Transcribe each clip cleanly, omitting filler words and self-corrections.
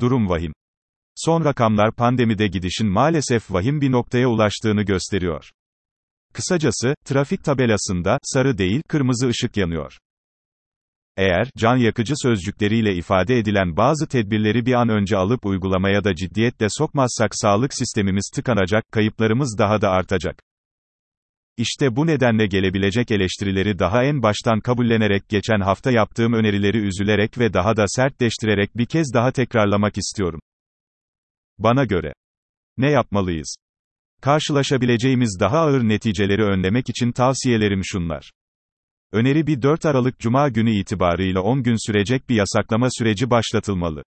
Durum vahim. Son rakamlar pandemide gidişin maalesef vahim bir noktaya ulaştığını gösteriyor. Kısacası, trafik tabelasında, sarı değil, kırmızı ışık yanıyor. Eğer, can yakıcı sözcükleriyle ifade edilen bazı tedbirleri bir an önce alıp uygulamaya da ciddiyetle sokmazsak sağlık sistemimiz tıkanacak, kayıplarımız daha da artacak. İşte bu nedenle gelebilecek eleştirileri daha en baştan kabullenerek geçen hafta yaptığım önerileri üzülerek ve daha da sertleştirerek bir kez daha tekrarlamak istiyorum. Bana göre, ne yapmalıyız? Karşılaşabileceğimiz daha ağır neticeleri önlemek için tavsiyelerim şunlar. Öneri 4 Aralık Cuma günü itibarıyla 10 gün sürecek bir yasaklama süreci başlatılmalı.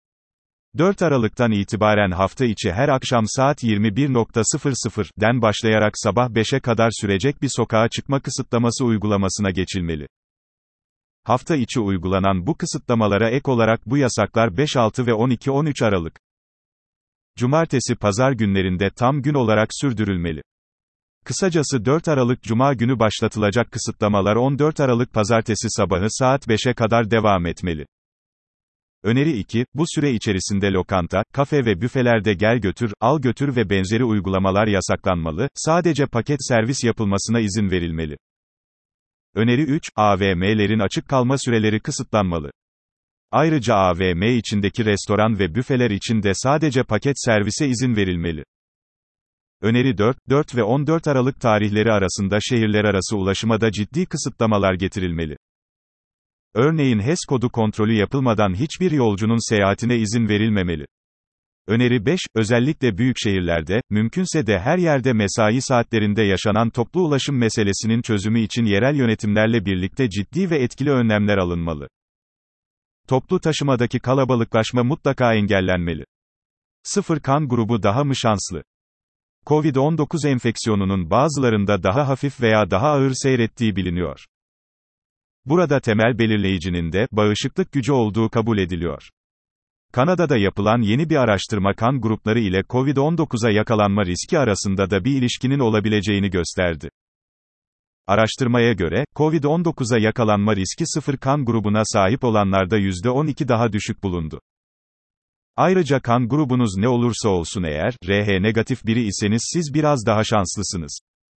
4 Aralık'tan itibaren hafta içi her akşam saat 21.00'den başlayarak sabah 5'e kadar sürecek bir sokağa çıkma kısıtlaması uygulamasına geçilmeli. Hafta içi uygulanan bu kısıtlamalara ek olarak bu yasaklar 5-6 ve 12-13 Aralık. Cumartesi pazar günlerinde tam gün olarak sürdürülmeli. Kısacası 4 Aralık Cuma günü başlatılacak kısıtlamalar 14 Aralık Pazartesi sabahı saat 5'e kadar devam etmeli. Öneri 2, bu süre içerisinde lokanta, kafe ve büfelerde gel götür, al götür ve benzeri uygulamalar yasaklanmalı, sadece paket servis yapılmasına izin verilmeli. Öneri 3, AVM'lerin açık kalma süreleri kısıtlanmalı. Ayrıca AVM içindeki restoran ve büfeler için de sadece paket servise izin verilmeli. Öneri 4 ve 14 Aralık tarihleri arasında şehirler arası ulaşıma da ciddi kısıtlamalar getirilmeli. Örneğin HES kodu kontrolü yapılmadan hiçbir yolcunun seyahatine izin verilmemeli. Öneri 5, özellikle büyük şehirlerde, mümkünse de her yerde mesai saatlerinde yaşanan toplu ulaşım meselesinin çözümü için yerel yönetimlerle birlikte ciddi ve etkili önlemler alınmalı. Toplu taşımadaki kalabalıklaşma mutlaka engellenmeli. 0 kan grubu daha mı şanslı? Covid-19 enfeksiyonunun bazılarında daha hafif veya daha ağır seyrettiği biliniyor. Burada temel belirleyicinin de bağışıklık gücü olduğu kabul ediliyor. Kanada'da yapılan yeni bir araştırma kan grupları ile Covid-19'a yakalanma riski arasında da bir ilişkinin olabileceğini gösterdi. Araştırmaya göre, Covid-19'a yakalanma riski 0 kan grubuna sahip olanlarda %12 daha düşük bulundu. Ayrıca kan grubunuz ne olursa olsun eğer, Rh negatif biri iseniz siz biraz daha şanslısınız.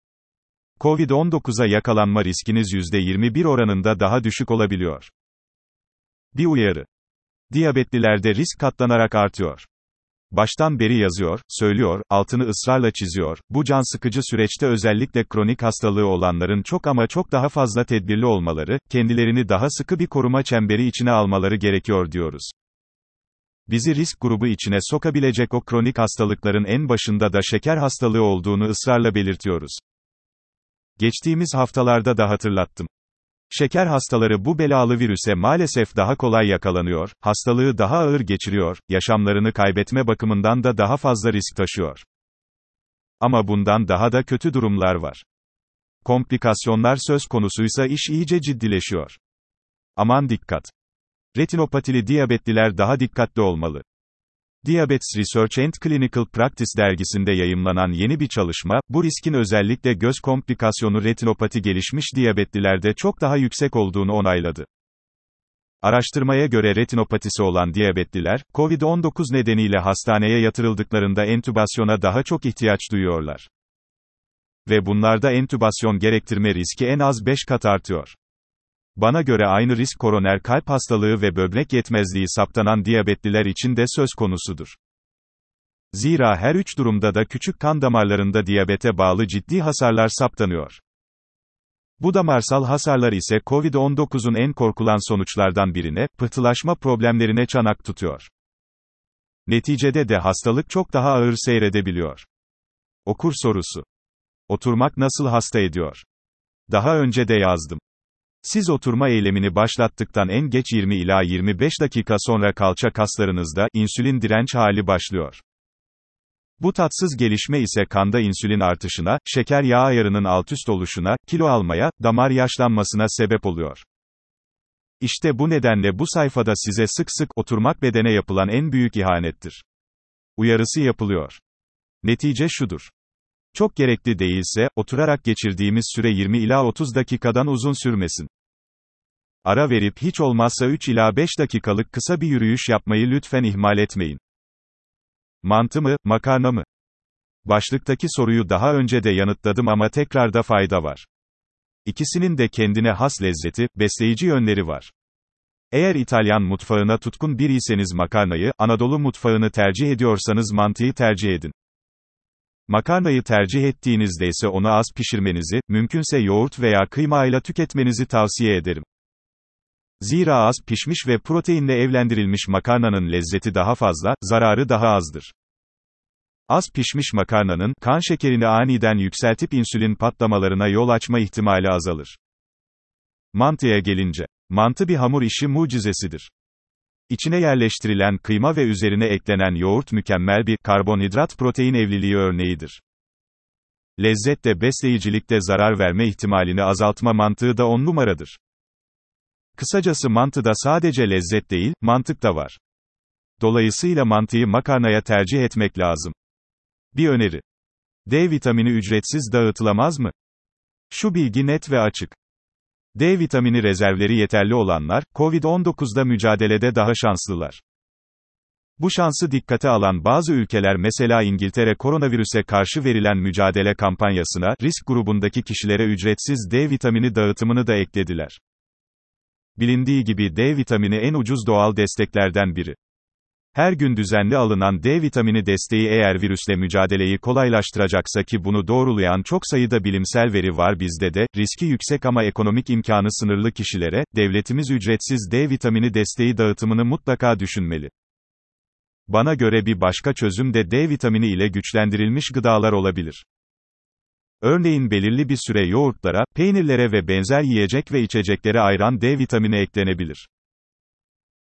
Covid-19'a yakalanma riskiniz %21 oranında daha düşük olabiliyor. Bir uyarı. Diyabetlilerde risk katlanarak artıyor. Baştan beri yazıyor, söylüyor, altını ısrarla çiziyor, bu can sıkıcı süreçte özellikle kronik hastalığı olanların çok ama çok daha fazla tedbirli olmaları, kendilerini daha sıkı bir koruma çemberi içine almaları gerekiyor diyoruz. Bizi risk grubu içine sokabilecek o kronik hastalıkların en başında da şeker hastalığı olduğunu ısrarla belirtiyoruz. Geçtiğimiz haftalarda da hatırlattım. Şeker hastaları bu belalı virüse maalesef daha kolay yakalanıyor, hastalığı daha ağır geçiriyor, yaşamlarını kaybetme bakımından da daha fazla risk taşıyor. Ama bundan daha da kötü durumlar var. Komplikasyonlar söz konusuysa iş iyice ciddileşiyor. Aman dikkat! Retinopatili diyabetliler daha dikkatli olmalı. Diabetes Research and Clinical Practice dergisinde yayımlanan yeni bir çalışma, bu riskin özellikle göz komplikasyonu retinopati gelişmiş diyabetlilerde çok daha yüksek olduğunu onayladı. Araştırmaya göre retinopatisi olan diyabetliler, COVID-19 nedeniyle hastaneye yatırıldıklarında entübasyona daha çok ihtiyaç duyuyorlar. Ve bunlarda entübasyon gerektirme riski en az 5 kat artıyor. Bana göre aynı risk koroner kalp hastalığı ve böbrek yetmezliği saptanan diyabetliler için de söz konusudur. Zira her üç durumda da küçük kan damarlarında diyabete bağlı ciddi hasarlar saptanıyor. Bu damarsal hasarlar ise COVID-19'un en korkulan sonuçlardan birine, pıhtılaşma problemlerine çanak tutuyor. Neticede de hastalık çok daha ağır seyredebiliyor. Okur sorusu. Oturmak nasıl hasta ediyor? Daha önce de yazdım. Siz oturma eylemini başlattıktan en geç 20 ila 25 dakika sonra kalça kaslarınızda insülin direnç hali başlıyor. Bu tatsız gelişme ise kanda insülin artışına, şeker yağ ayarının altüst oluşuna, kilo almaya, damar yaşlanmasına sebep oluyor. İşte bu nedenle bu sayfada size sık sık oturmak bedene yapılan en büyük ihanettir uyarısı yapılıyor. Netice şudur. Çok gerekli değilse, oturarak geçirdiğimiz süre 20 ila 30 dakikadan uzun sürmesin. Ara verip hiç olmazsa 3 ila 5 dakikalık kısa bir yürüyüş yapmayı lütfen ihmal etmeyin. Mantı mı, makarna mı? Başlıktaki soruyu daha önce de yanıtladım ama tekrarda fayda var. İkisinin de kendine has lezzeti, besleyici yönleri var. Eğer İtalyan mutfağına tutkun biriyseniz makarnayı, Anadolu mutfağını tercih ediyorsanız mantıyı tercih edin. Makarnayı tercih ettiğinizde ise onu az pişirmenizi, mümkünse yoğurt veya kıyma ile tüketmenizi tavsiye ederim. Zira az pişmiş ve proteinle evlendirilmiş makarnanın lezzeti daha fazla, zararı daha azdır. Az pişmiş makarnanın, kan şekerini aniden yükseltip insülin patlamalarına yol açma ihtimali azalır. Mantıya gelince, mantı bir hamur işi mucizesidir. İçine yerleştirilen kıyma ve üzerine eklenen yoğurt mükemmel bir karbonhidrat-protein evliliği örneğidir. Lezzet de besleyicilik de zarar verme ihtimalini azaltma mantığı da 10 numaradır. Kısacası mantıda sadece lezzet değil, mantık da var. Dolayısıyla mantıyı makarnaya tercih etmek lazım. Bir öneri. D vitamini ücretsiz dağıtılamaz mı? Şu bilgi net ve açık. D vitamini rezervleri yeterli olanlar, COVID-19'da mücadelede daha şanslılar. Bu şansı dikkate alan bazı ülkeler mesela İngiltere koronavirüse karşı verilen mücadele kampanyasına, risk grubundaki kişilere ücretsiz D vitamini dağıtımını da eklediler. Bilindiği gibi D vitamini en ucuz doğal desteklerden biri. Her gün düzenli alınan D vitamini desteği eğer virüsle mücadeleyi kolaylaştıracaksa ki bunu doğrulayan çok sayıda bilimsel veri var bizde de, riski yüksek ama ekonomik imkanı sınırlı kişilere, devletimiz ücretsiz D vitamini desteği dağıtımını mutlaka düşünmeli. Bana göre bir başka çözüm de D vitamini ile güçlendirilmiş gıdalar olabilir. Örneğin belirli bir süre yoğurtlara, peynirlere ve benzer yiyecek ve içeceklere ayran D vitamini eklenebilir.